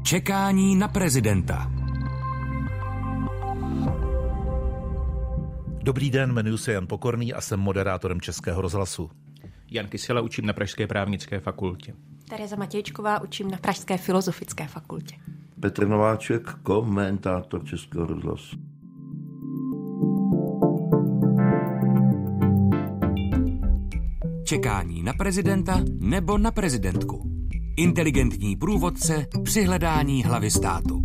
Čekání na prezidenta. Dobrý den, jmenuji se Jan Pokorný a jsem moderátorem Českého rozhlasu. Jan Kysela, učím na Pražské právnické fakultě. Tereza Matějčková, učím na Pražské filozofické fakultě. Petr Nováček, komentátor Českého rozhlasu. Čekání na prezidenta nebo na prezidentku. Inteligentní průvodce při hledání hlavy státu.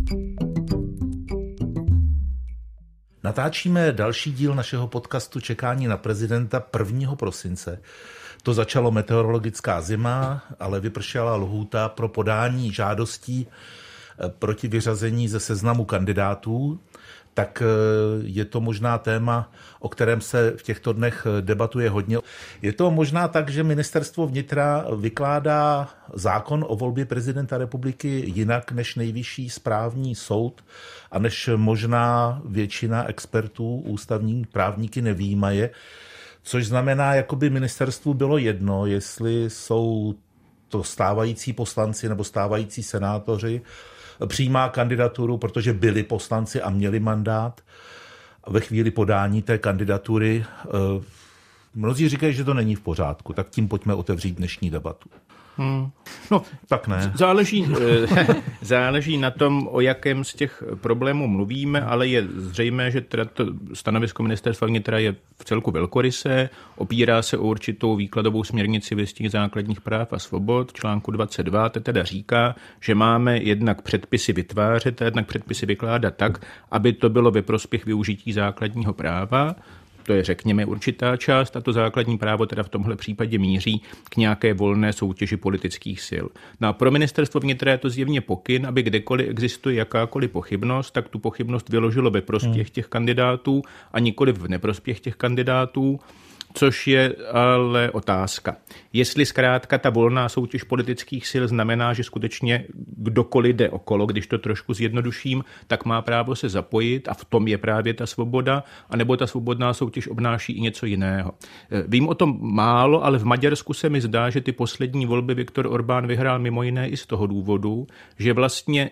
Natáčíme další díl našeho podcastu Čekání na prezidenta 1. prosince. To začalo meteorologická zima, ale vypršela lhůta pro podání žádostí proti vyřazení ze seznamu kandidátů. Tak je to možná téma, o kterém se v těchto dnech debatuje hodně. Je to možná tak, že ministerstvo vnitra vykládá zákon o volbě prezidenta republiky jinak než Nejvyšší správní soud a než možná většina expertů, ústavní právníky nevyjímaje, což znamená, jako by ministerstvu bylo jedno, jestli jsou to stávající poslanci nebo stávající senátoři, přijímá kandidaturu, protože byli poslanci a měli mandát. Ve chvíli podání té kandidatury mnozí říkají, že to není v pořádku, tak tím pojďme otevřít dnešní debatu. No, tak ne. Záleží na tom, o jakém z těch problémů mluvíme, ale je zřejmé, že teda to stanovisko ministerstva vnitra je v celku velkorysé, opírá se o určitou výkladovou směrnici Listiny základních práv a svobod, článku 22, to teda říká, že máme jednak předpisy vytvářet a jednak předpisy vykládat tak, aby to bylo ve prospěch využití základního práva. To je, řekněme, určitá část a to základní právo teda v tomhle případě míří k nějaké volné soutěži politických sil. No a pro ministerstvo vnitra je to zjevně pokyn, aby kdekoliv existuje jakákoliv pochybnost, tak tu pochybnost vyložilo ve prospěch těch kandidátů a nikoliv v neprospěch těch kandidátů. Což je ale otázka. Jestli zkrátka ta volná soutěž politických sil znamená, že skutečně kdokoliv jde okolo, když to trošku zjednoduším, tak má právo se zapojit a v tom je právě ta svoboda, anebo ta svobodná soutěž obnáší i něco jiného. Vím o tom málo, ale v Maďarsku se mi zdá, že ty poslední volby Viktor Orbán vyhrál mimo jiné i z toho důvodu, že vlastně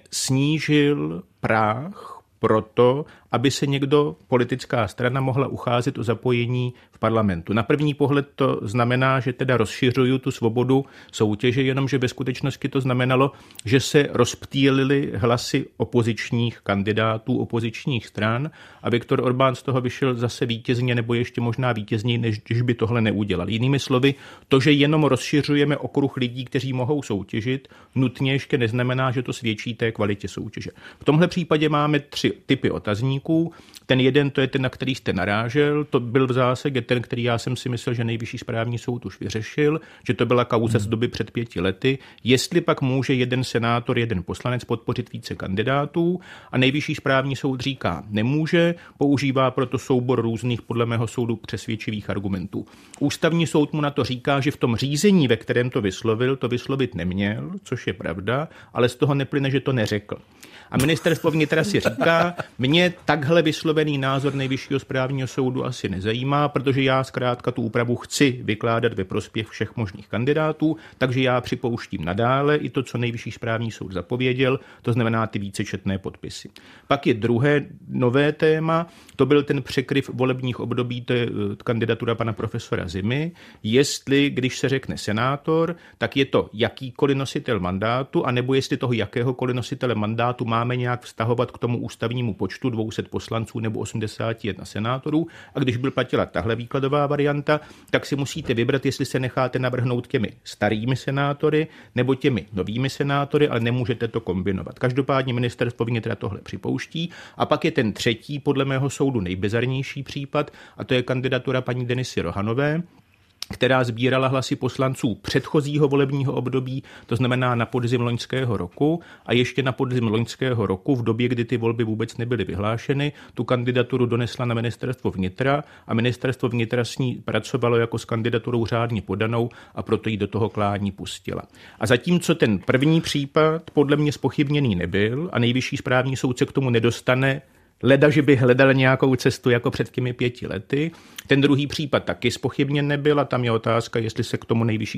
snížil práh proto, aby se někdo, politická strana, mohla ucházet o zapojení v parlamentu. Na první pohled to znamená, že teda rozšiřuju tu svobodu soutěže, jenomže ve skutečnosti to znamenalo, že se rozptýlily hlasy opozičních kandidátů, opozičních stran a Viktor Orbán z toho vyšel zase vítězně nebo ještě možná vítězněji, než když by tohle neudělal. Jinými slovy, to, že jenom rozšiřujeme okruh lidí, kteří mohou soutěžit, nutně ještě neznamená, že to svědčí té kvalitě soutěže. V tomhle případě máme 3 typy otazníků. Ten jeden, to je ten, na který jste narážel, to byl v zásadě ten, který já jsem si myslel, že Nejvyšší správní soud už vyřešil, že to byla kauza z doby před 5 lety. Jestli pak může jeden senátor, jeden poslanec podpořit více kandidátů a Nejvyšší správní soud říká, nemůže, používá proto soubor různých, podle mého soudu, přesvědčivých argumentů. Ústavní soud mu na to říká, že v tom řízení, ve kterém to vyslovil, to vyslovit neměl, což je pravda, ale z toho neplyne, že to neřekl. A ministerstvo vnitra si říká, mě takhle vyslovený názor Nejvyššího správního soudu asi nezajímá, protože já zkrátka tu úpravu chci vykládat ve prospěch všech možných kandidátů, takže já připouštím nadále i to, co Nejvyšší správní soud zapověděl, to znamená ty vícečetné podpisy. Pak je druhé nové téma, to byl ten překryv volebních období, to je kandidatura pana profesora Zimy, jestli, když se řekne senátor, tak je to jakýkoliv nositel mandátu, anebo jestli toho jakéhokoliv nositele mandátu máme nějak vztahovat k tomu ústavnímu počtu 200 poslanců nebo 81 senátorů. A když byl platila tahle výkladová varianta, tak si musíte vybrat, jestli se necháte navrhnout těmi starými senátory nebo těmi novými senátory, ale nemůžete to kombinovat. Každopádně ministerstvo vnitra tohle připouští. A pak je ten třetí, podle mého soudu nejbizarnější případ, a to je kandidatura paní Denisy Rohanové, která sbírala hlasy poslanců předchozího volebního období, to znamená na podzim loňského roku a ještě na podzim loňského roku, v době, kdy ty volby vůbec nebyly vyhlášeny, tu kandidaturu donesla na ministerstvo vnitra a ministerstvo vnitra s ní pracovalo jako s kandidaturou řádně podanou a proto ji do toho klání pustila. A zatímco ten první případ podle mě zpochybněný nebyl a Nejvyšší správní soud se k tomu nedostane leda, že by hledal nějakou cestu jako před těmi 5 lety. Ten druhý případ taky zpochybněn nebyl a tam je otázka, jestli se k tomu nejvyšší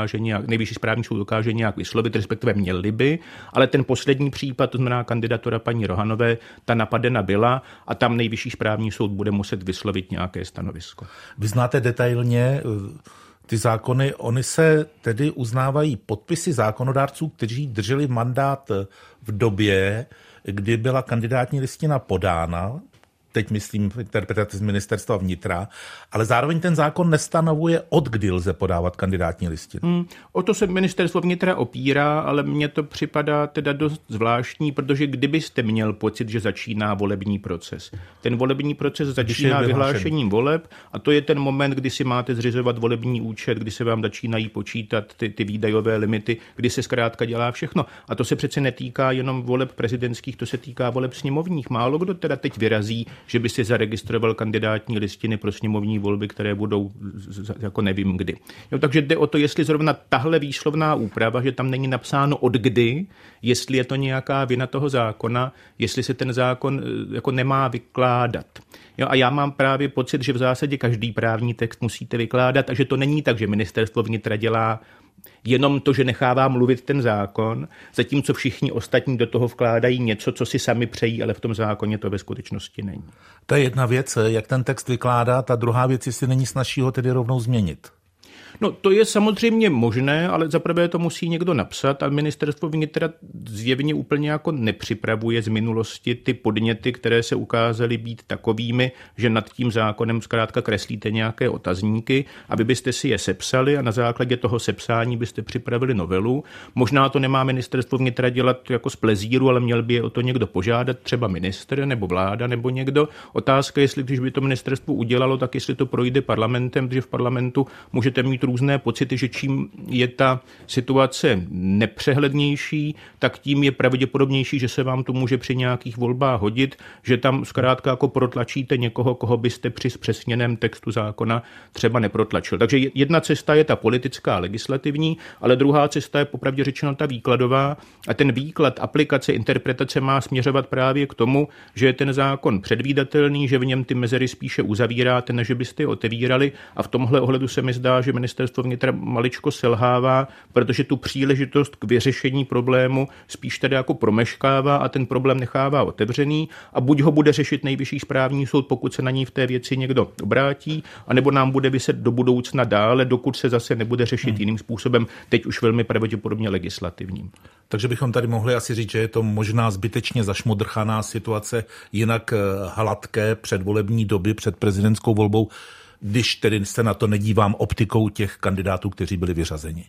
správní soud dokáže nějak vyslovit, respektive měli by, ale ten poslední případ, to znamená kandidatura paní Rohanové, ta napadena byla a tam nejvyšší správní soud bude muset vyslovit nějaké stanovisko. Vy znáte detailně ty zákony, oni se tedy uznávají podpisy zákonodárců, kteří drželi mandát v době, kdy byla kandidátní listina podána, teď myslím interpretaci z ministerstva vnitra, ale zároveň ten zákon nestanovuje, od kdy lze podávat kandidátní listinu. O to se ministerstvo vnitra opírá, ale mně to připadá teda dost zvláštní, protože kdybyste měl pocit, že začíná volební proces. Ten volební proces začíná vyhlášením voleb a to je ten moment, kdy si máte zřizovat volební účet, kdy se vám začínají počítat ty výdajové limity, kdy se zkrátka dělá všechno. A to se přece netýká jenom voleb prezidentských, to se týká voleb sněmovních. Málo kdo teda teď vyrazí, že by si zaregistroval kandidátní listiny pro sněmovní volby, které budou jako nevím kdy. Jo, takže jde o to, jestli zrovna tahle výslovná úprava, že tam není napsáno od kdy, jestli je to nějaká vina toho zákona, jestli se ten zákon jako nemá vykládat. Jo, a já mám právě pocit, že v zásadě každý právní text musíte vykládat a že to není tak, že ministerstvo vnitra dělá jenom to, že nechává mluvit ten zákon, zatímco všichni ostatní do toho vkládají něco, co si sami přejí, ale v tom zákoně to ve skutečnosti není. To je jedna věc, jak ten text vykládá, ta druhá věc, jestli není snazší ho tedy rovnou změnit. No to je samozřejmě možné, ale zaprvé to musí někdo napsat a ministerstvo vnitra zjevně úplně jako nepřipravuje z minulosti ty podněty, které se ukázaly být takovými, že nad tím zákonem zkrátka kreslíte nějaké otazníky, aby byste si je sepsali a na základě toho sepsání byste připravili novelu. Možná to nemá ministerstvo vnitra dělat jako z plezíru, ale měl by je o to někdo požádat, třeba ministr nebo vláda nebo někdo. Otázka, jestli když by to ministerstvo udělalo, tak jestli to projde parlamentem, protože v parlamentu můžete mít různé pocity, že čím je ta situace nepřehlednější, tak tím je pravděpodobnější, že se vám to může při nějakých volbách hodit, že tam zkrátka jako protlačíte někoho, koho byste při zpřesněném textu zákona třeba neprotlačil. Takže jedna cesta je ta politická, legislativní, ale druhá cesta je popravdě řečeno ta výkladová a ten výklad, aplikace, interpretace má směřovat právě k tomu, že je ten zákon předvídatelný, že v něm ty mezery spíše uzavíráte, než byste je otevírali a v tomhle ohledu se mi zdá, že ministerstvo vnitra maličko selhává, protože tu příležitost k vyřešení problému spíš tedy jako promeškává a ten problém nechává otevřený a buď ho bude řešit nejvyšší správní soud, pokud se na něj v té věci někdo obrátí, anebo nám bude viset do budoucna dále, dokud se zase nebude řešit jiným způsobem, teď už velmi pravděpodobně legislativním. Takže bychom tady mohli asi říct, že je to možná zbytečně zašmodrchaná situace, jinak hladké předvolební doby před prezidentskou volbou, když tedy se na to nedívám optikou těch kandidátů, kteří byli vyřazeni.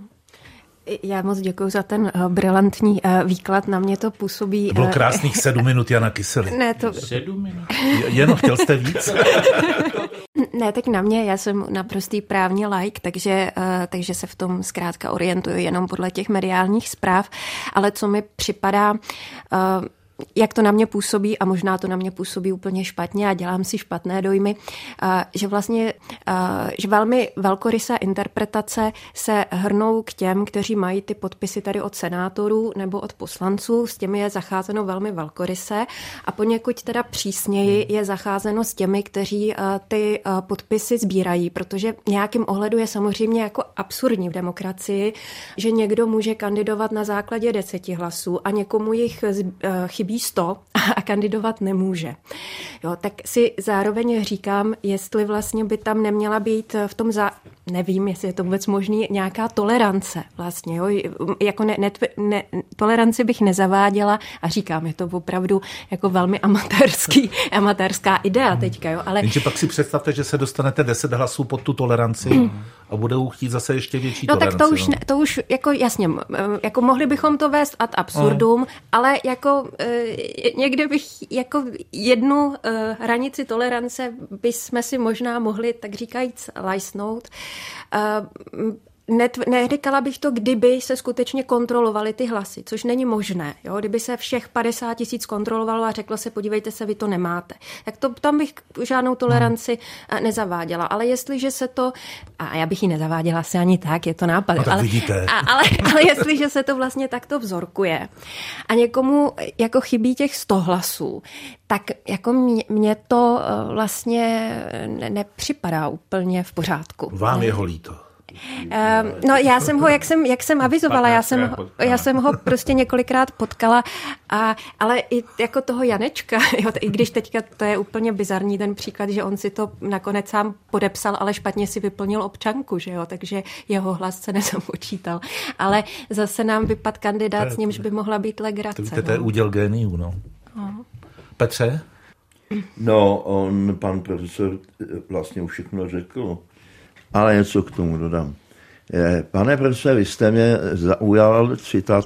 Já moc děkuji za ten brilantní výklad. Na mě to působí... To bylo krásných 7 minut Jana Kysely. Ne, to... 7 minut? Jenom chtěl jste víc? Ne, tak na mě, já jsem naprostý právní laik, takže se v tom zkrátka orientuju jenom podle těch mediálních zpráv, ale co mi připadá... jak to na mě působí, a možná to na mě působí úplně špatně a dělám si špatné dojmy, že vlastně, že velmi velkorysé interpretace se hrnou k těm, kteří mají ty podpisy tady od senátorů nebo od poslanců, s těmi je zacházeno velmi velkoryse a poněkud teda přísněji je zacházeno s těmi, kteří ty podpisy sbírají, protože v nějakém ohledu je samozřejmě jako absurdní v demokracii, že někdo může kandidovat na základě 10 hlasů a někomu jich chybí 100 a kandidovat nemůže. Jo, tak si zároveň říkám, jestli vlastně by tam neměla být v tom nevím, jestli je to vůbec možný, nějaká tolerance vlastně. Jo? Jako toleranci bych nezaváděla a říkám, je to opravdu jako velmi amatérská idea teďka. Jo? Ale... Jenže pak si představte, že se dostanete 10 hlasů pod tu toleranci a budou chtít zase ještě větší toleranci. No tak to už jako jasně, jako mohli bychom to vést ad absurdum, ale jako někde bych jako jednu hranici tolerance bychom si možná mohli, tak říkajíc, lajsnout. Neříkala bych to, kdyby se skutečně kontrolovaly ty hlasy, což není možné. Jo? Kdyby se všech 50 000 kontrolovalo a řeklo se, podívejte se, vy to nemáte. Tak tam bych žádnou toleranci nezaváděla. Ale jestliže se to, a já bych ji nezaváděla asi ani tak, je to nápad. No tak vidíte. Ale jestliže se to vlastně takto vzorkuje a někomu jako chybí těch 100 hlasů, tak jako mě to vlastně nepřipadá úplně v pořádku. Vám je ho líto. No já jsem ho, jak jsem avizovala, já jsem ho prostě několikrát potkala, ale i jako toho Janečka, jo, i když teďka to je úplně bizarní ten příklad, že on si to nakonec sám podepsal, ale špatně si vyplnil občanku, že jo, takže jeho hlas se nezapočítal. Ale zase nám vypadl kandidát, s nímž by mohla být legrace. To je úděl géniů, no. Petře? No, pan profesor vlastně už všechno řekl. Ale něco k tomu dodám. Pane profesore, vy jste mě zaujal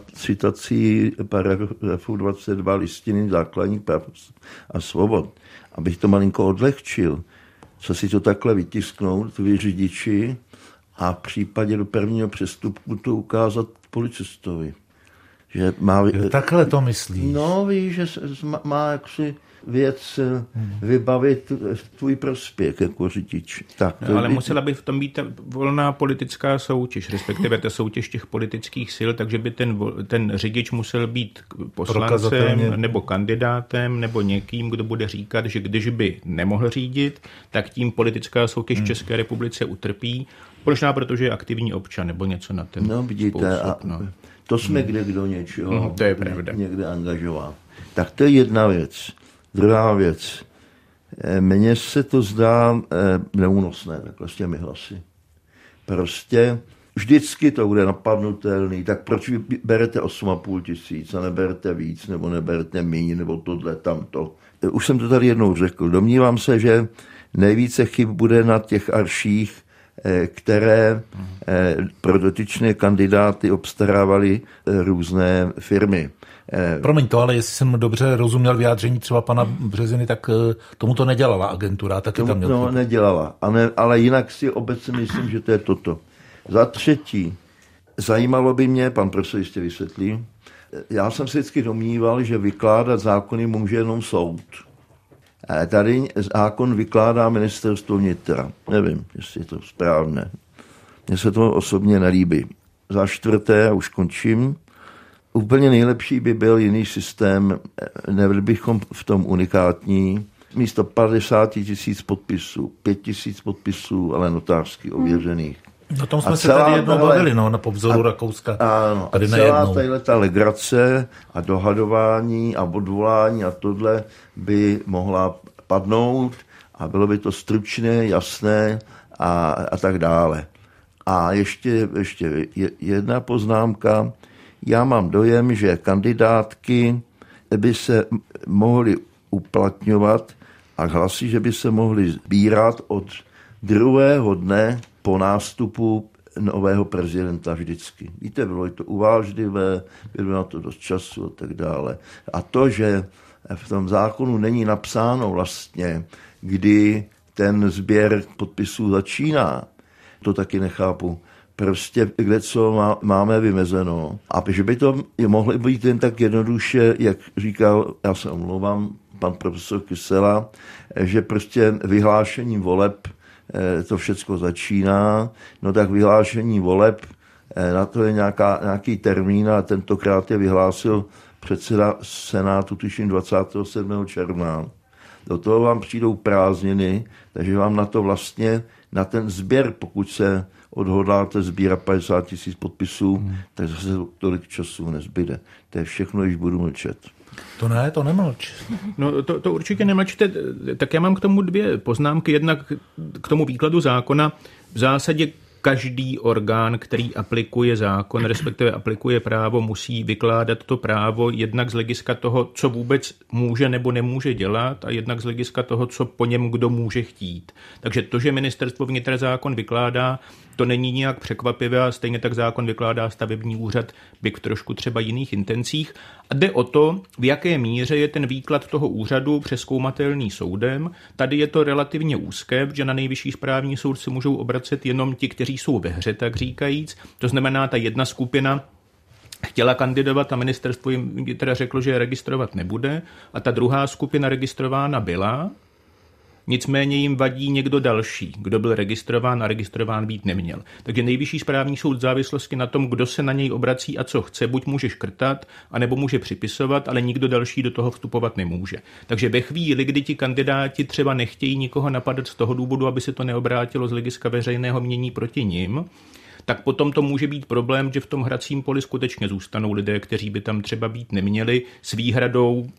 citací paragrafu 22 listiny základních práv a svobod. Abych to malinko odlehčil, co si to takhle vytisknout, vy řidiči, a v případě do prvního přestupku to ukázat policistovi. Že má, takhle to myslíš? No, víš, že má jaksi věc vybavit tvůj prospěch jako řidič. Tak, no, ale musela by v tom být volná politická soutěž, respektive ta soutěž těch politických sil, takže by ten řidič musel být poslancem nebo kandidátem nebo někým, kdo bude říkat, že když by nemohl řídit, tak tím politická soutěž v České republice utrpí. Možná protože je aktivní občan nebo něco na ten no, vidíte, způsob. To jsme kdo něčeho to je pravda. Někde angažován. Tak to je jedna věc. Druhá věc. Mně se to zdá neúnosné takhle s těmi hlasy. Prostě vždycky to bude napadnutelný, tak proč vy berete 8,5 tisíc a neberete víc, nebo neberete míň, nebo tohle, tamto. Už jsem to tady jednou řekl. Domnívám se, že nejvíce chyb bude na těch arších, které pro dotyčné kandidáty obstarávaly různé firmy. Promiň to, ale jestli jsem dobře rozuměl vyjádření třeba pana Březiny, tak tomu to nedělala agentura, taky tam měl. No, nedělala, ale jinak si obecně myslím, že to je toto. Za třetí, zajímalo by mě, pan profesor jistě vysvětlí, já jsem se vždycky domníval, že vykládat zákony může jenom soud. Tady zákon vykládá ministerstvo vnitra. Nevím, jestli je to správné. Mně se to osobně nelíbí. Za čtvrté, a už končím, úplně nejlepší by byl jiný systém, nebyli bychom v tom unikátní, místo 50 000 podpisů, 5 000 podpisů, ale notářsky ověřených. O tom jsme se tady jednou bavili, na povzoru Rakouska. Ano, a celá ta legrace a dohadování a odvolání a tohle by mohla padnout a bylo by to stručné, jasné a tak dále. A ještě jedna poznámka. Já mám dojem, že kandidátky by se mohly uplatňovat a hlasy, že by se mohly sbírat od druhého dne po nástupu nového prezidenta vždycky. Víte, bylo to uvážlivé, bylo na to dost času a tak dále. A to, že v tom zákonu není napsáno vlastně, kdy ten sběr podpisů začíná, to taky nechápu. Prostě kde co máme vymezeno. A že by to mohlo být jen tak jednoduše, jak říkal, já se omlouvám, pan profesor Kysela, že prostě vyhlášením voleb to všecko začíná, no tak vyhlášení voleb, na to je nějaký termín a tentokrát je vyhlásil předseda Senátu, tuším 27. června. Do toho vám přijdou prázdniny, takže vám na to vlastně, na ten sběr, pokud se odhodláte sbírat 50 000 podpisů, tak zase tolik času nezbyde. To je všechno, když budu mlčet. To nemlč. No to určitě nemlčte. Tak já mám k tomu dvě poznámky. Jednak k tomu výkladu zákona. V zásadě každý orgán, který aplikuje zákon, respektive aplikuje právo, musí vykládat to právo jednak z hlediska toho, co vůbec může nebo nemůže dělat a jednak z hlediska toho, co po něm kdo může chtít. Takže to, že ministerstvo vnitra zákon vykládá, to není nijak překvapivé a stejně tak zákon vykládá stavební úřad, byť v trošku třeba jiných intencích. A jde o to, v jaké míře je ten výklad toho úřadu přezkoumatelný soudem. Tady je to relativně úzké, že na Nejvyšší správní soud se můžou obracet jenom ti, kteří jsou ve hře, tak říkajíc. To znamená, ta jedna skupina chtěla kandidovat a ministerstvo jim teda řeklo, že je registrovat nebude a ta druhá skupina registrována byla, nicméně jim vadí někdo další, kdo byl registrován a registrován být neměl. Takže Nejvyšší správní soud v závislosti na tom, kdo se na něj obrací a co chce, buď může škrtat, anebo může připisovat, ale nikdo další do toho vstupovat nemůže. Takže ve chvíli, kdy ti kandidáti třeba nechtějí nikoho napadat z toho důvodu, aby se to neobrátilo z hlediska veřejného mínění proti nim, tak potom to může být problém, že v tom hracím poli skutečně zůstanou lidé, kteří by tam třeba být neměli, s výhradou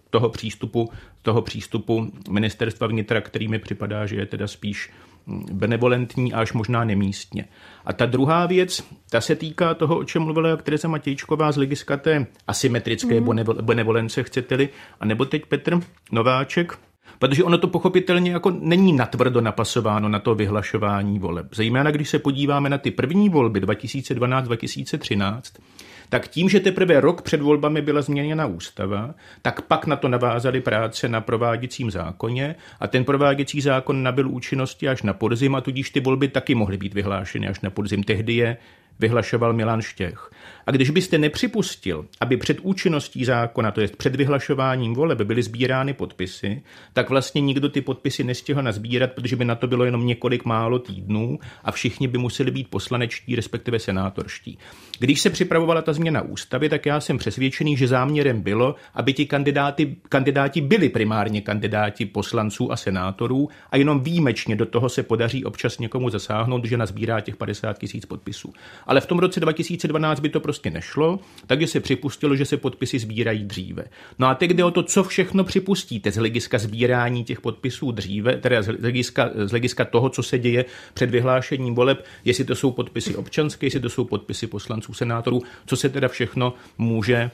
toho přístupu ministerstva vnitra, který mi připadá, že je teda spíš benevolentní a až možná nemístně. A ta druhá věc, ta se týká toho, o čem mluvila Tereza Matějčková z hlediska té asymetrické benevolence, chcete-li, a nebo teď Petr Nováček, protože ono to pochopitelně jako není natvrdo napasováno na to vyhlašování voleb. Zejména když se podíváme na ty první volby 2012-2013, tak tím, že teprve rok před volbami byla změněna ústava, tak pak na to navázali práce na prováděcím zákoně a ten prováděcí zákon nabyl účinnosti až na podzim a tudíž ty volby taky mohly být vyhlášeny až na podzim. Tehdy je vyhlašoval Milan Štěch. A když byste nepřipustil, aby před účinností zákona, to jest před vyhlašováním voleb, byly sbírány podpisy, tak vlastně nikdo ty podpisy nestihl nazbírat, protože by na to bylo jenom několik málo týdnů a všichni by museli být poslanečtí, respektive senátorští. Když se připravovala ta změna ústavy, tak já jsem přesvědčený, že záměrem bylo, aby ti kandidáti byli primárně kandidáti poslanců a senátorů a jenom výjimečně do toho se podaří občas někomu zasáhnout, že nazbírá těch 50 000 podpisů. Ale v tom roce 2012 by to prostě nešlo, takže se připustilo, že se podpisy sbírají dříve. No a teď jde o to, co všechno připustíte z hlediska sbírání těch podpisů dříve, teda z hlediska toho, co se děje před vyhlášením voleb, jestli to jsou podpisy občanské, jestli to jsou podpisy poslanců, senátorů, co se teda všechno může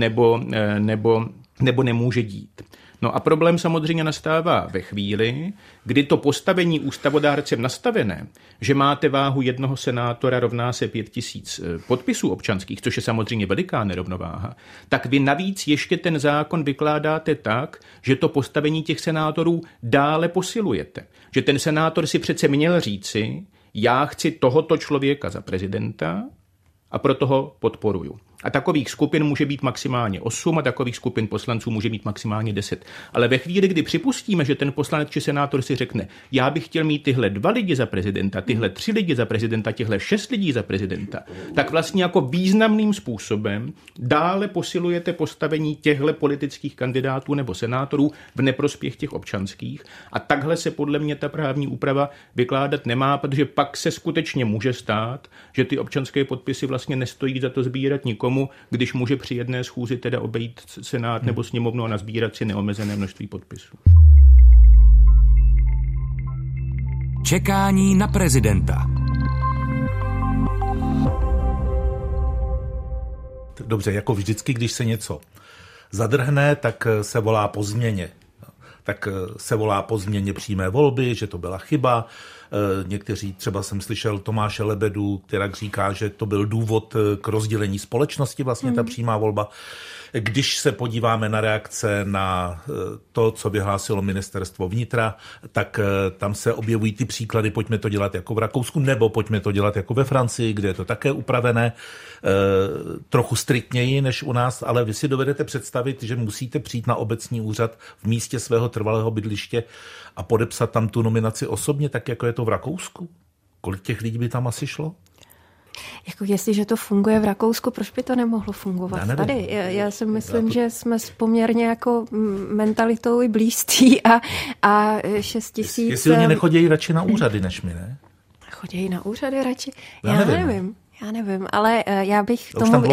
nebo nemůže dít. No a problém samozřejmě nastává ve chvíli, kdy to postavení ústavodárcem nastavené, že máte váhu jednoho senátora rovná se 5 000 podpisů občanských, což je samozřejmě veliká nerovnováha, tak vy navíc ještě ten zákon vykládáte tak, že to postavení těch senátorů dále posilujete. Že ten senátor si přece měl říci, já chci tohoto člověka za prezidenta a proto ho podporuju. A takových skupin může být maximálně 8 a takových skupin poslanců může být maximálně 10. Ale ve chvíli, kdy připustíme, že ten poslanec či senátor si řekne, já bych chtěl mít tyhle 2 lidi za prezidenta, tyhle 3 lidi za prezidenta, těhle 6 lidí za prezidenta, tak vlastně jako významným způsobem dále posilujete postavení těchto politických kandidátů nebo senátorů v neprospěch těch občanských. A takhle se podle mě ta právní úprava vykládat nemá, protože pak se skutečně může stát, že ty občanské podpisy vlastně nestojí za to sbírat nikomu, když může při jedné schůzi teda obejít senát nebo sněmovnu a nazbírat si neomezené množství podpisů. Čekání na prezidenta. Dobře, jako vždycky, když se něco zadrhne, tak se volá po změně. Tak se volá po změně přímé volby, že to byla chyba. Někteří, třeba jsem slyšel Tomáše Lebedu, která říká, že to byl důvod k rozdělení společnosti, vlastně ta přímá volba. Když se podíváme na reakce na to, co vyhlásilo ministerstvo vnitra, tak tam se objevují ty příklady, pojďme to dělat jako v Rakousku, nebo pojďme to dělat jako ve Francii, kde je to také upravené trochu striktněji než u nás, ale vy si dovedete představit, že musíte přijít na obecní úřad v místě svého trvalého bydliště a podepsat tam tu nominaci osobně, tak jako je to v Rakousku? Kolik těch lidí by tam asi šlo? Jako jestliže to funguje v Rakousku, proč by to nemohlo fungovat tady? Já si myslím, že jsme poměrně jako mentalitou i blízcí a 6 000... Jestli oni nechodí radši na úřady než my, ne? Chodí na úřady radši? Já nevím. Já nevím, ale já bych tomu,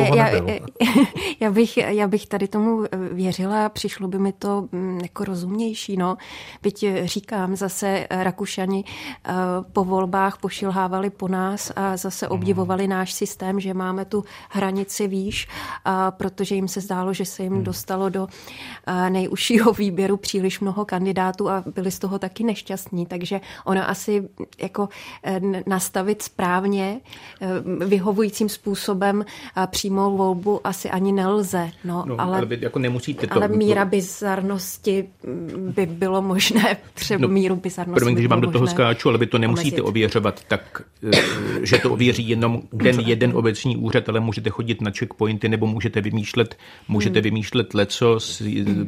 já bych tady tomu věřila, přišlo by mi to jako rozumnější, no. Byť říkám, zase Rakušani po volbách pošilhávali po nás a zase obdivovali náš systém, že máme tu hranici výš, protože jim se zdálo, že se jim dostalo do nejužšího výběru příliš mnoho kandidátů a byli z toho taky nešťastní, takže ono asi jako nastavit správně vyhovujícím způsobem přímou volbu asi ani nelze. Ale jako nemusíte to... Ale míra bizarnosti by bylo možné, míru bizarnosti promiň, když vám do toho skáču, ale by to nemusíte ověřovat tak, že to ověří jenom ten jeden obecní úřad, ale můžete chodit na checkpointy, nebo můžete vymýšlet lecos,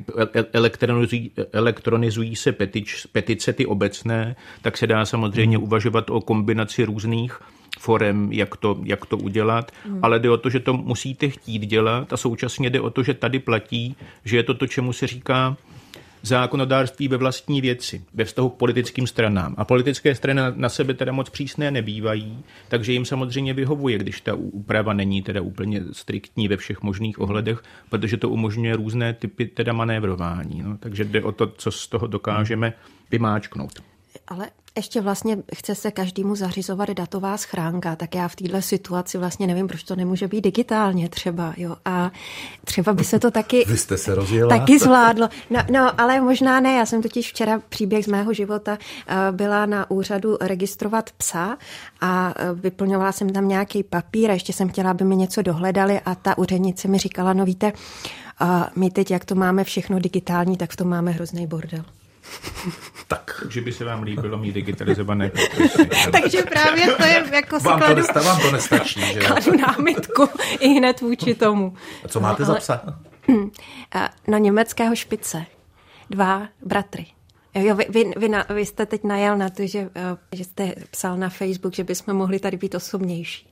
elektronizují se petice, ty obecné, tak se dá samozřejmě uvažovat o kombinaci různých forem, jak to udělat, ale jde o to, že to musíte chtít dělat a současně jde o to, že tady platí, že je to, čemu se říká zákonodárství ve vlastní věci, ve vztahu k politickým stranám. A politické strany na sebe teda moc přísné nebývají, takže jim samozřejmě vyhovuje, když ta úprava není teda úplně striktní ve všech možných ohledech, protože to umožňuje různé typy teda manévrování. No. Takže jde o to, co z toho dokážeme vymáčknout. Ale ještě vlastně chce se každému zařizovat datová schránka, tak já v této situaci vlastně nevím, proč to nemůže být digitálně třeba, jo. A třeba by se to taky... Vy jste se rozjela? Taky zvládlo. No, ale možná ne. Já jsem totiž včera příběh z mého života byla na úřadu registrovat psa a vyplňovala jsem tam nějaký papír a ještě jsem chtěla, aby mi něco dohledali a ta úřednice mi říkala, no víte, my teď, jak to máme všechno digitální, tak v tom máme hrozný bordel. Takže by se vám líbilo mít digitalizované Takže právě to je jako si vám to nestačí, že? Kladu námitku i hned vůči tomu. A co máte za psa? No, německého špice. 2 bratry. Jo, vy jste teď najel na to, že jste psal na Facebook, že bychom mohli tady být osobnější.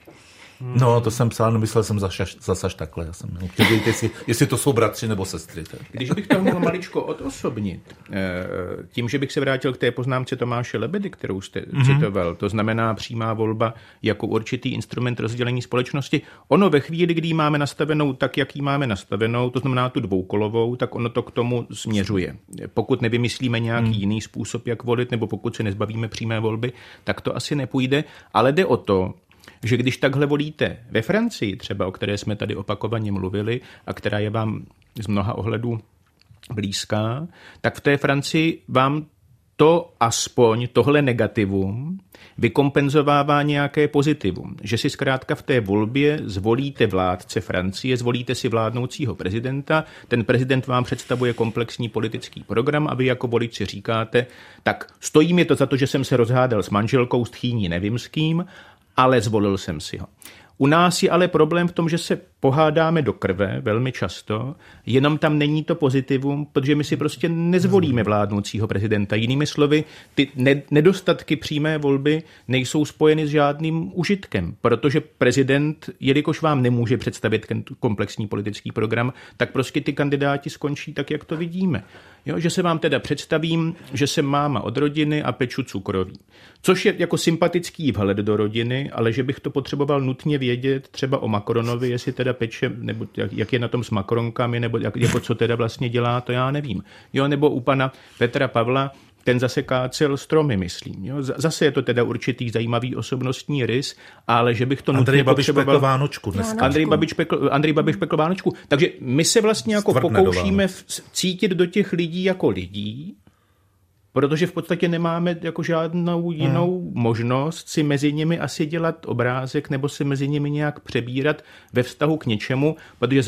No, to jsem psal, nemyslel jsem zase až takhle. Já jsem chtěl vědět, jestli to jsou bratři nebo sestry. Když bych to mohl maličko odosobnit, tím, že bych se vrátil k té poznámce Tomáše Lebedy, kterou jste citoval, to znamená přímá volba jako určitý instrument rozdělení společnosti, ono ve chvíli, kdy máme nastavenou tak, jak ji máme nastavenou, to znamená tu dvoukolovou, tak ono to k tomu směřuje. Pokud nevymyslíme nějaký jiný způsob, jak volit, nebo pokud se nezbavíme přímé volby, tak to asi nepůjde, ale jde o to, že když takhle volíte ve Francii, třeba o které jsme tady opakovaně mluvili a která je vám z mnoha ohledů blízká, tak v té Francii vám to aspoň tohle negativum vykompenzovává nějaké pozitivum. Že si zkrátka v té volbě zvolíte vládce Francie, zvolíte si vládnoucího prezidenta, ten prezident vám představuje komplexní politický program a vy jako volič si říkáte, tak stojí mi to za to, že jsem se rozhádal s manželkou, s tchýní nevím s kým, ale zvolil jsem si ho. U nás je ale problém v tom, že se pohádáme do krve velmi často, jenom tam není to pozitivum, protože my si prostě nezvolíme vládnoucího prezidenta. Jinými slovy, ty nedostatky přímé volby nejsou spojeny s žádným užitkem, protože prezident, jelikož vám nemůže představit komplexní politický program, tak prostě ty kandidáti skončí tak, jak to vidíme. Jo, že se vám teda představím, že jsem máma od rodiny a peču cukroví. Což je jako sympatický vhled do rodiny, ale že bych to potřeboval nutně vědět třeba o Macronovi, jestli teda peče, nebo jak je na tom s makronkami, nebo jako co teda vlastně dělá, to já nevím. Jo, nebo u pana Petra Pavla, ten zase kácel stromy, myslím. Jo? Zase je to teda určitý zajímavý osobnostní rys, ale že bych to nutně potřeboval... Pekl Vánočku dneska. Andrej Babiš pekl Vánočku. Takže my se vlastně jako pokoušíme cítit do těch lidí jako lidí, protože v podstatě nemáme jako žádnou jinou možnost si mezi nimi asi dělat obrázek nebo si mezi nimi nějak přebírat ve vztahu k něčemu, protože z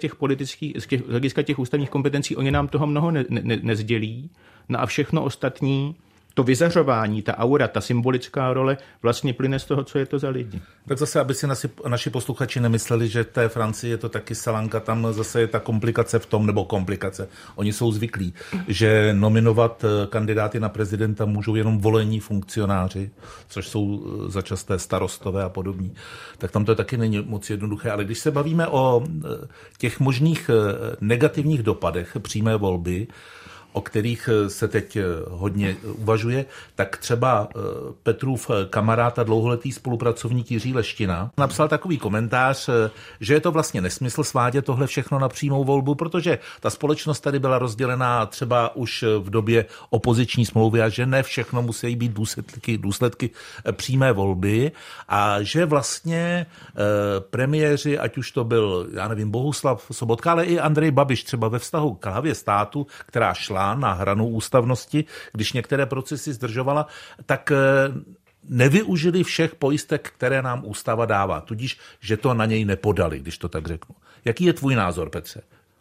hlediska těch ústavních kompetencí oni nám toho mnoho nezdělí. No a všechno ostatní, to vyzařování, ta aura, ta symbolická role vlastně plyne z toho, co je to za lidi. Tak zase, aby si naši posluchači nemysleli, že v té Francii je to taky salanka, tam zase je ta komplikace v tom, nebo komplikace. Oni jsou zvyklí, že nominovat kandidáty na prezidenta můžou jenom volení funkcionáři, což jsou začasté starostové a podobní. Tak tam to taky není moc jednoduché. Ale když se bavíme o těch možných negativních dopadech přímé volby, o kterých se teď hodně uvažuje, tak třeba Petrův kamarád a dlouholetý spolupracovník Jiří Leština napsal takový komentář, že je to vlastně nesmysl svádět tohle všechno na přímou volbu, protože ta společnost tady byla rozdělená třeba už v době opoziční smlouvy a že ne všechno musí být důsledky přímé volby a že vlastně premiéři, ať už to byl, já nevím, Bohuslav Sobotka, ale i Andrej Babiš třeba ve vztahu k hlavě státu, která šla na hranu ústavnosti, když některé procesy zdržovala, tak nevyužili všech pojistek, které nám ústava dává. Tudíž, že to na něj nepodali, když to tak řeknu. Jaký je tvůj názor, Petře?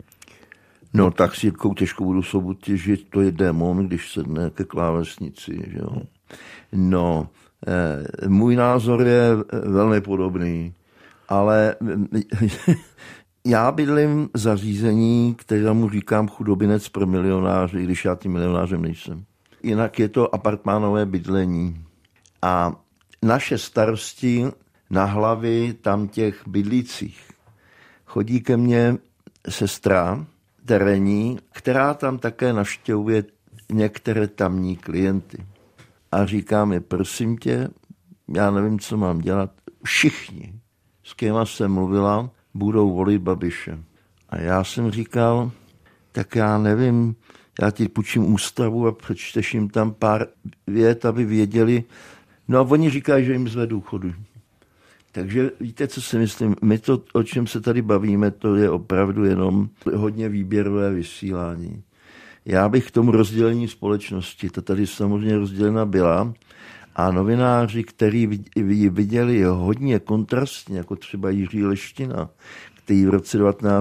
No tak si těžko budu Sobotě, že to je démon, když sedne ke klávesnici. Že jo? No, můj názor je velmi podobný, ale já bydlím v zařízení, kterému říkám chudobinec pro milionáře, i když já tím milionářem nejsem. Jinak je to apartmánové bydlení. A naše starosti na hlavy tam těch bydlících. Chodí ke mně sestra terénní, která tam také navštěvuje některé tamní klienty. A říká mi, prosím tě, já nevím, co mám dělat. Všichni, s kýma jsem mluvila, budou volit Babiše. A já jsem říkal, tak já nevím, já ti půjčím ústavu a přečteš jim tam pár vět, aby věděli. No a oni říkají, že jim zve důchodu. Takže víte, co si myslím? My to, o čem se tady bavíme, to je opravdu jenom hodně výběrové vysílání. Já bych k tomu rozdělení společnosti, to tady samozřejmě rozdělena byla, a novináři, kteří viděli hodně kontrastně, jako třeba Jiří Leština, který v roce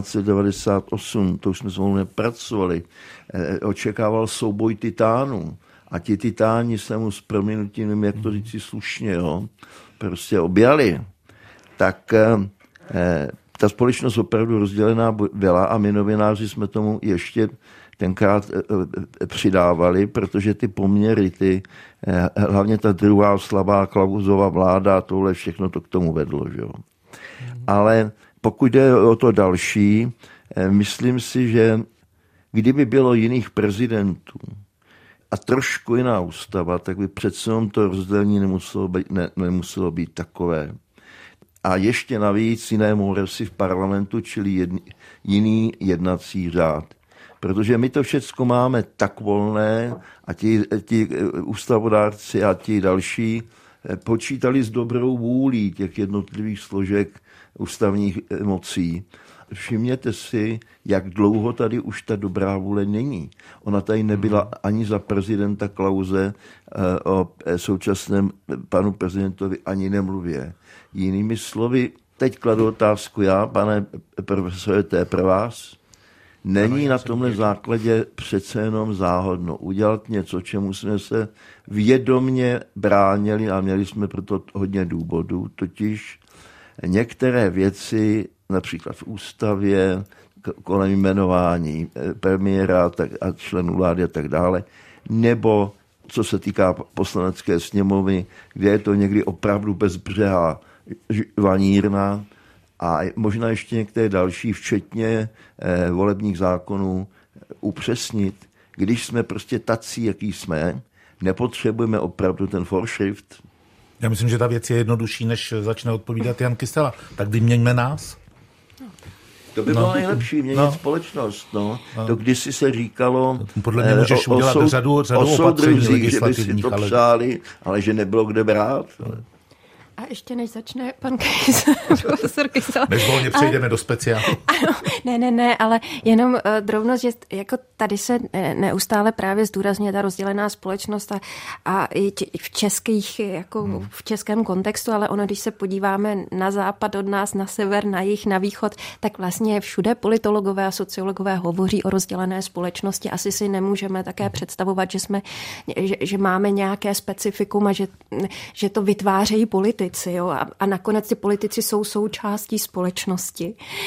1998, to už jsme spolu nepracovali, očekával souboj titánů. A ti titáni se mu s prominutím, jak to říci slušně, jo, prostě objali. Tak ta společnost opravdu rozdělená byla a my novináři jsme tomu ještě tenkrát přidávali, protože ty poměry, hlavně ta druhá slabá Klausova vláda a tohle všechno to k tomu vedlo. Že jo. Ale pokud jde o to další, myslím si, že kdyby bylo jiných prezidentů a trošku jiná ústava, tak by přece to rozdělení nemuselo být takové. A ještě navíc jiné moresy v parlamentu, čili jiný jednací řád. Protože my to všecko máme tak volné a ti ústavodárci a ti další počítali s dobrou vůlí těch jednotlivých složek ústavních mocí. Všimněte si, jak dlouho tady už ta dobrá vůle není. Ona tady nebyla ani za prezidenta Klause, o současném panu prezidentovi ani nemluvě. Jinými slovy, teď kladu otázku já, pane profesore, to je pro vás. Není na tomhle základě přece jenom záhodno udělat něco, čemu jsme se vědomně bránili a měli jsme proto hodně důvodů, totiž některé věci, například v ústavě, kolem jmenování premiéra a členů vlády a tak dále, nebo co se týká poslanecké sněmovny, kde je to někdy opravdu bezbřehá vanírna, a možná ještě některé další, včetně volebních zákonů, upřesnit. Když jsme prostě tací, jaký jsme, nepotřebujeme opravdu ten Vorschrift. Já myslím, že ta věc je jednodušší, než začne odpovídat Jan Kysela. Tak vyměňme nás. To by bylo nejlepší, měnit společnost. To kdysi se říkalo podle mě můžeš udělat řadu opatření legislativních, že by si to přáli, ale že nebylo kde brát. A ještě než začne pan profesor Kysela. Než volně přejdeme do speciálu. Ano, ne, ale jenom drobnost, že jako tady se neustále právě zdůrazňuje ta rozdělená společnost a i v českých, jako v českém kontextu, ale ono, když se podíváme na západ od nás, na sever, na jih, na východ, tak vlastně všude politologové a sociologové hovoří o rozdělené společnosti. Asi si nemůžeme také představovat, že máme nějaké specifikum a že to vytvářejí politici. Jo? A nakonec ty politici jsou součástí společnosti.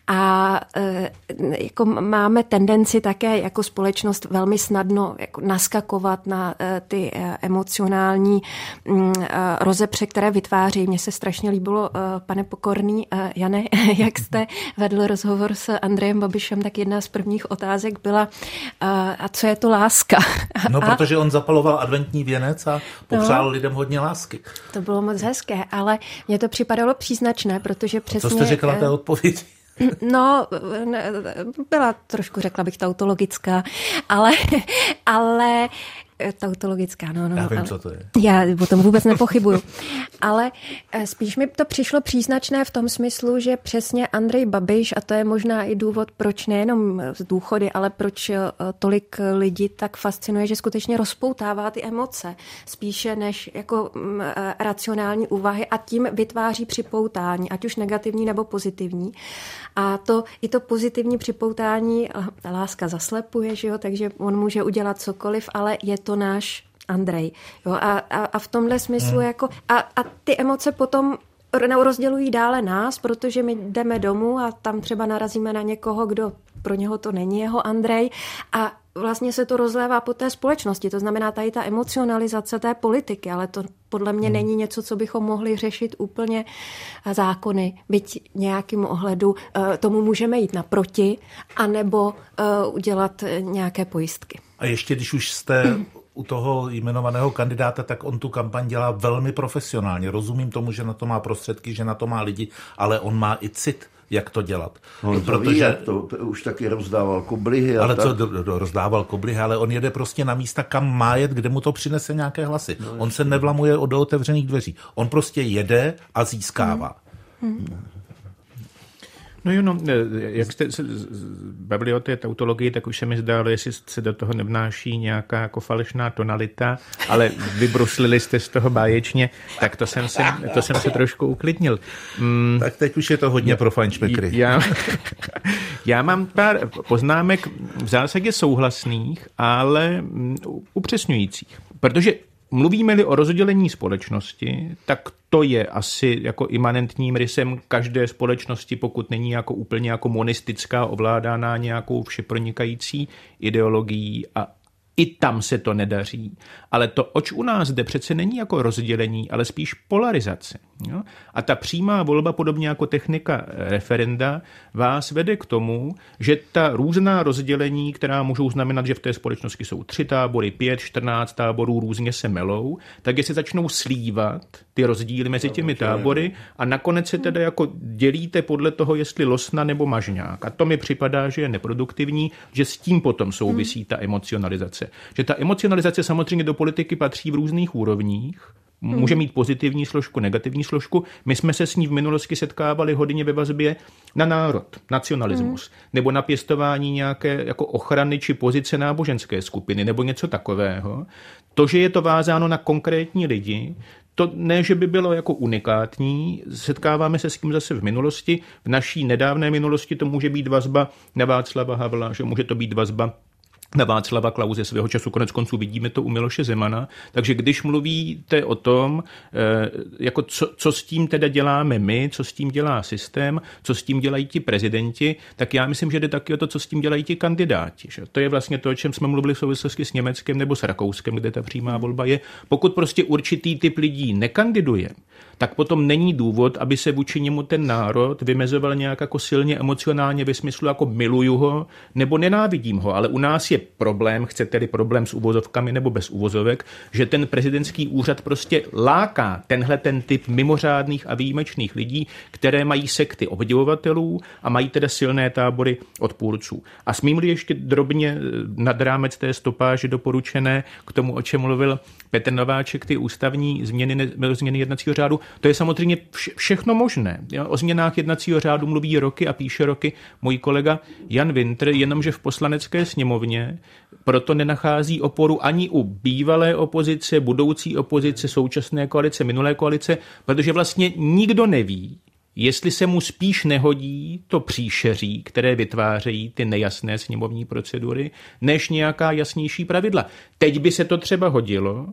A jako máme tendenci také jako společnost velmi snadno jako naskakovat na ty emocionální rozepře, které vytváří. Mně se strašně líbilo, pane Pokorný, Jane, jak jste vedl rozhovor s Andrejem Babišem, tak jedna z prvních otázek byla, a co je to láska? No, protože on zapaloval adventní věnec a popřál lidem hodně lásky. To bylo moc hezké, ale mně to připadalo příznačné, protože přesně... Co jste řekla té odpovědi? No, byla trošku, řekla bych, tautologická, ale tautologická, no. Já vím, co to je. Já o tom vůbec nepochybuju. Ale spíš mi to přišlo příznačné v tom smyslu, že přesně Andrej Babiš, a to je možná i důvod, proč nejenom z důchody, ale proč tolik lidí tak fascinuje, že skutečně rozpoutává ty emoce, spíše než jako racionální úvahy a tím vytváří připoutání, ať už negativní nebo pozitivní. A i to pozitivní připoutání, láska zaslepuje, že jo, takže on může udělat cokoliv, ale je to náš Andrej. Jo, a v tomhle smyslu jako a ty emoce potom rozdělují dále nás, protože my jdeme domů a tam třeba narazíme na někoho, kdo pro něho to není jeho Andrej a vlastně se to rozlévá po té společnosti. To znamená tady ta emocionalizace té politiky, ale to podle mě není něco, co bychom mohli řešit úplně zákony, byť nějakým ohledu tomu můžeme jít naproti, anebo udělat nějaké pojistky. A ještě když už jste u toho jmenovaného kandidáta, tak on tu kampaň dělá velmi profesionálně. Rozumím tomu, že na to má prostředky, že na to má lidi, ale on má i cit, jak to dělat. No, protože to už taky rozdával koblihy. Ale co rozdával koblihy, ale on jede prostě na místa, kam má jet, kde mu to přinese nějaké hlasy. No, on se nevlamuje do otevřených dveří. On prostě jede a získává. No jo, jak jste se bavili o té tautologii, tak už se mi zdálo, jestli se do toho nevnáší nějaká jako falešná tonalita, ale vybruslili jste z toho báječně, tak to jsem se trošku uklidnil. Tak teď už je to hodně pro fajnšmekry. Já mám pár poznámek v zásadě souhlasných, ale upřesňujících, protože mluvíme-li o rozdělení společnosti, tak to je asi jako imanentním rysem každé společnosti, pokud není jako úplně jako monistická, ovládaná nějakou všepronikající ideologií a i tam se to nedaří. Ale to, oč u nás jde, přece není jako rozdělení, ale spíš polarizace. Jo? A ta přímá volba, podobně jako technika referenda, vás vede k tomu, že ta různá rozdělení, která můžou znamenat, že v té společnosti jsou 3 tábory, 5, 14 táborů, různě se melou, tak je se začnou slívat ty rozdíly mezi těmi tábory a nakonec se teda jako dělíte podle toho, jestli losna nebo mažňák. A to mi připadá, že je neproduktivní, že s tím potom souvisí ta emocionalizace. Že ta emocionalizace samozřejmě do politiky patří v různých úrovních, může mít pozitivní složku, negativní složku. My jsme se s ní v minulosti setkávali hodně ve vazbě na národ, nacionalismus, nebo na pěstování nějaké jako ochrany či pozice náboženské skupiny, nebo něco takového. To, že je to vázáno na konkrétní lidi, to ne, že by bylo jako unikátní, setkáváme se s tím zase v minulosti. V naší nedávné minulosti to může být vazba na Václava Havla, že může to být vazba na Václava Klause, svého času konec konců vidíme to u Miloše Zemana. Takže když mluvíte o tom, jako co s tím teda děláme my, co s tím dělá systém, co s tím dělají ti prezidenti, tak já myslím, že jde taky o to, co s tím dělají ti kandidáti. Že? To je vlastně to, o čem jsme mluvili v souvislosti s Německem nebo s Rakouskem, kde ta přímá volba je. Pokud prostě určitý typ lidí nekandiduje, tak potom není důvod, aby se vůči němu ten národ vymezoval nějak jako silně emocionálně ve smyslu jako miluju ho nebo nenávidím ho. Ale u nás je problém, chcete-li problém s uvozovkami nebo bez uvozovek, že ten prezidentský úřad prostě láká tenhle ten typ mimořádných a výjimečných lidí, které mají sekty obdivovatelů a mají teda silné tábory odpůrců. A smím-li ještě drobně nad rámec té stopáže doporučené k tomu, o čem mluvil Petr Nováček, ty ústavní změny jednacího řádu, to je samozřejmě všechno možné. O změnách jednacího řádu mluví roky a píše roky můj kolega Jan Wintr, jenomže v Poslanecké sněmovně proto nenachází oporu ani u bývalé opozice, budoucí opozice, současné koalice, minulé koalice, protože vlastně nikdo neví, jestli se mu spíš nehodí to příšeří, které vytvářejí ty nejasné sněmovní procedury, než nějaká jasnější pravidla. Teď by se to třeba hodilo,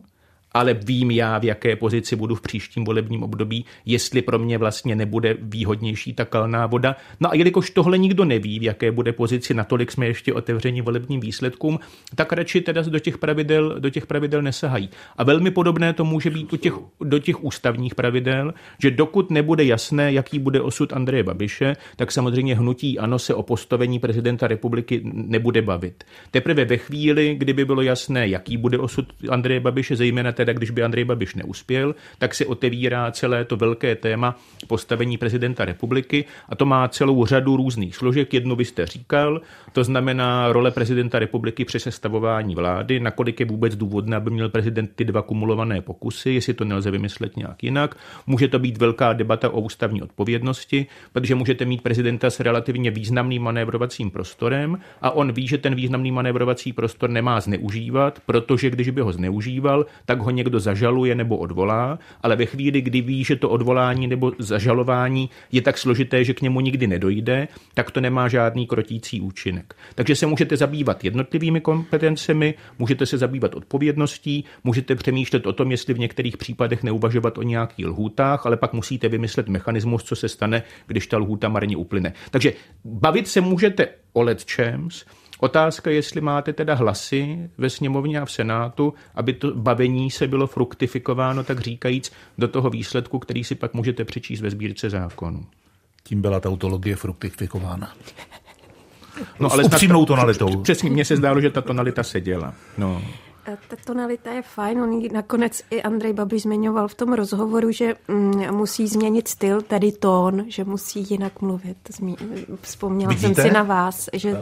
ale vím já, v jaké pozici budu v příštím volebním období, jestli pro mě vlastně nebude výhodnější ta kalná voda. No a jelikož tohle nikdo neví, v jaké bude pozici, natolik jsme ještě otevření volebním výsledkům, tak radši teda do těch pravidel nesahají. A velmi podobné to může být do těch ústavních pravidel, že dokud nebude jasné, jaký bude osud Andreje Babiše, tak samozřejmě hnutí ANO se o postavení prezidenta republiky nebude bavit. Teprve ve chvíli, kdyby bylo jasné, jaký bude osud Andreje Babiše, zejména teda, když by Andrej Babiš neuspěl, tak se otevírá celé to velké téma postavení prezidenta republiky a to má celou řadu různých složek. Jednu vy jste říkal, to znamená role prezidenta republiky při sestavování vlády, nakolik je vůbec důvodné, aby měl prezident ty 2 kumulované pokusy, jestli to nelze vymyslet nějak jinak. Může to být velká debata o ústavní odpovědnosti, protože můžete mít prezidenta s relativně významným manévrovacím prostorem a on ví, že ten významný manévrovací prostor nemá zneužívat, protože když by ho zneužíval, tak ho někdo zažaluje nebo odvolá, ale ve chvíli, kdy ví, že to odvolání nebo zažalování je tak složité, že k němu nikdy nedojde, tak to nemá žádný krotící účinek. Takže se můžete zabývat jednotlivými kompetencemi, můžete se zabývat odpovědností, můžete přemýšlet o tom, jestli v některých případech neuvažovat o nějakých lhůtách, ale pak musíte vymyslet mechanismus, co se stane, když ta lhůta marně uplyne. Takže bavit se můžete o lecčems. Otázka je, jestli máte teda hlasy ve sněmovně a v Senátu, aby to bavení se bylo fruktifikováno, tak říkajíc, do toho výsledku, který si pak můžete přečíst ve sbírce zákonů. Tím byla tautologie fruktifikována. No, ale s upřímnou tonalitou. Přesně, mně se zdálo, že ta tonalita seděla. No. Ta tonalita je fajn, on nakonec i Andrej Babiš zmiňoval v tom rozhovoru, že musí změnit styl, tedy tón, že musí jinak mluvit. Vzpomněla jsem si na vás, že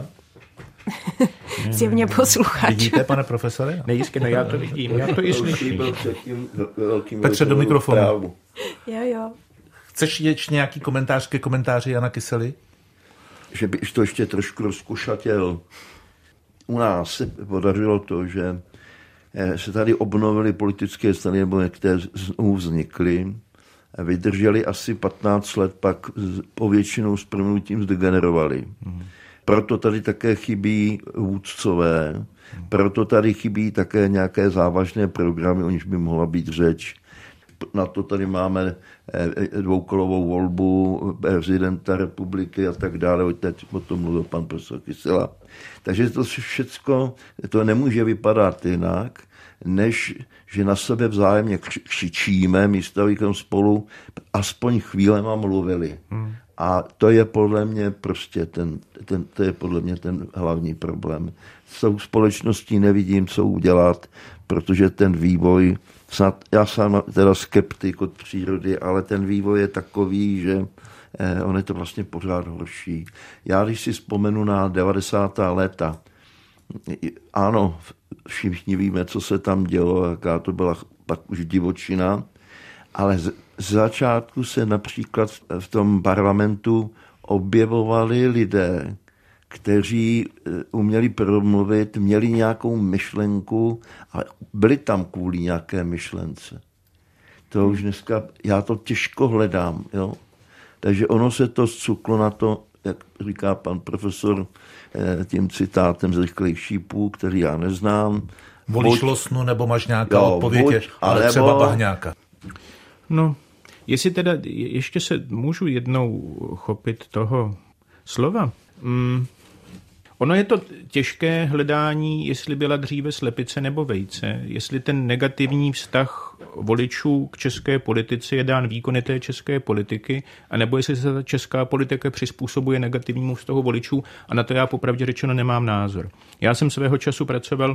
zjevně posluchač. Vidíte, pane profesore? Nejistě, já to vidím, já to i slyším. Petře, do mikrofonu. Jo. Chceš ještě nějaký komentář ke komentáři Jana Kysely? Že bych to ještě trošku rozkušatěl. U nás se podařilo to, že se tady obnovily politické strany, nebo některé znovu vznikly, vydrželi asi 15 let, pak povětšinou s prominutím zdegenerovali. Proto tady také chybí vůdcové, proto tady chybí také nějaké závažné programy, o nichž by mohla být řeč. Na to tady máme dvoukolovou volbu prezidenta republiky a tak dále. Teď o tom mluvil pan profesor Kysela. Takže to všecko, to nemůže vypadat jinak, než že na sebe vzájemně křičíme, místo abychom spolu aspoň chvílema mluvili. A to je podle mě prostě to je podle mě ten hlavní problém. S tou společností nevidím, co udělat, protože ten vývoj, já jsem teda skeptik od přírody, ale ten vývoj je takový, že on je to vlastně pořád horší. Já když si vzpomenu na 90. léta, ano, všichni víme, co se tam dělo, jaká to byla pak už divočina, ale z začátku se například v tom parlamentu objevovali lidé, kteří uměli promluvit, měli nějakou myšlenku a byli tam kvůli nějaké myšlence. To už dneska, já to těžko hledám. Jo? Takže ono se to zcuklo na to, jak říká pan profesor, tím citátem z Rychlejch šípů, který já neznám. Volíš losnu, nebo máš nějaká odpověď, ale třeba bahňáka. No, jestli teda ještě se můžu jednou chopit toho slova. Ono je to těžké hledání, jestli byla dříve slepice nebo vejce, jestli ten negativní vztah voličů k české politice je dán výkony té české politiky, anebo jestli se ta česká politika přizpůsobuje negativnímu vztahu voličů, a na to já popravdě řečeno nemám názor. Já jsem svého času pracoval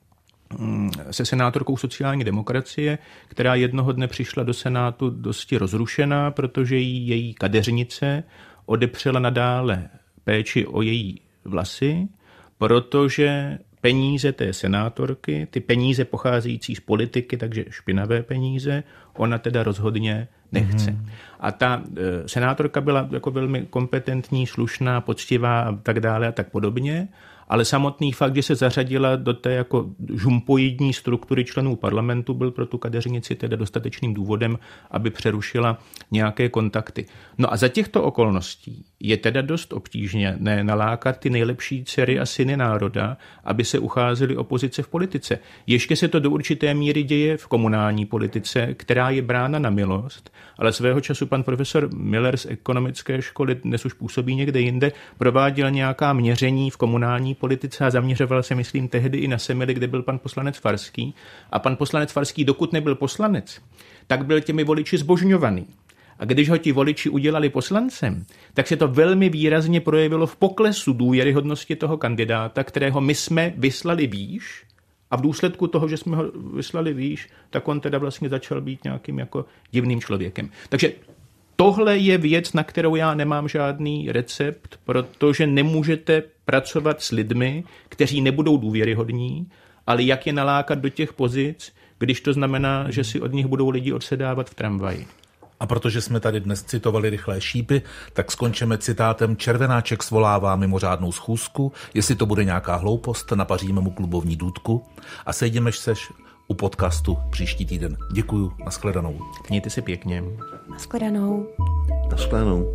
se senátorkou sociální demokracie, která jednoho dne přišla do Senátu dosti rozrušená, protože její kadeřnice odepřela nadále péči o její vlasy, protože peníze té senátorky, ty peníze pocházející z politiky, takže špinavé peníze, ona teda rozhodně nechce. A ta senátorka byla jako velmi kompetentní, slušná, poctivá a tak dále a tak podobně. ale samotný fakt, že se zařadila do té jako žumpoidní struktury členů parlamentu, byl pro tu kadeřnici teda dostatečným důvodem, aby přerušila nějaké kontakty. No a za těchto okolností je teda dost obtížně nalákat ty nejlepší dcery a syny národa, aby se ucházeli o pozice v politice. Ještě se to do určité míry děje v komunální politice, která je brána na milost, ale svého času pan profesor Miller z ekonomické školy, dnes už působí někde jinde, prováděl nějaká měření v komunální politice a zaměřoval se, myslím, tehdy i na Semily, kde byl pan poslanec Farský. A pan poslanec Farský, dokud nebyl poslanec, tak byl těmi voliči zbožňovaný. A když ho ti voliči udělali poslancem, tak se to velmi výrazně projevilo v poklesu důvěryhodnosti toho kandidáta, kterého my jsme vyslali výš, a v důsledku toho, že jsme ho vyslali výš, tak on teda vlastně začal být nějakým jako divným člověkem. Takže tohle je věc, na kterou já nemám žádný recept, protože nemůžete pracovat s lidmi, kteří nebudou důvěryhodní, ale jak je nalákat do těch pozic, když to znamená, že si od nich budou lidi odsedávat v tramvaji. A protože jsme tady dnes citovali rychlé šípy, tak skončíme citátem: Červenáček svolává mimořádnou schůzku, jestli to bude nějaká hloupost, napaříme mu klubovní důdku a sejdeme seš u podcastu příští týden. Děkuju, nashledanou. Mějte se pěkně. Nashledanou. Nashledanou.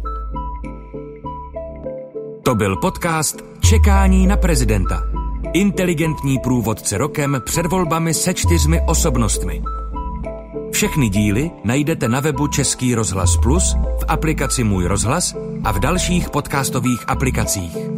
To byl podcast Čekání na prezidenta. Inteligentní průvodce rokem před volbami se 4 osobnostmi. Všechny díly najdete na webu Český rozhlas Plus, v aplikaci Můj rozhlas a v dalších podcastových aplikacích.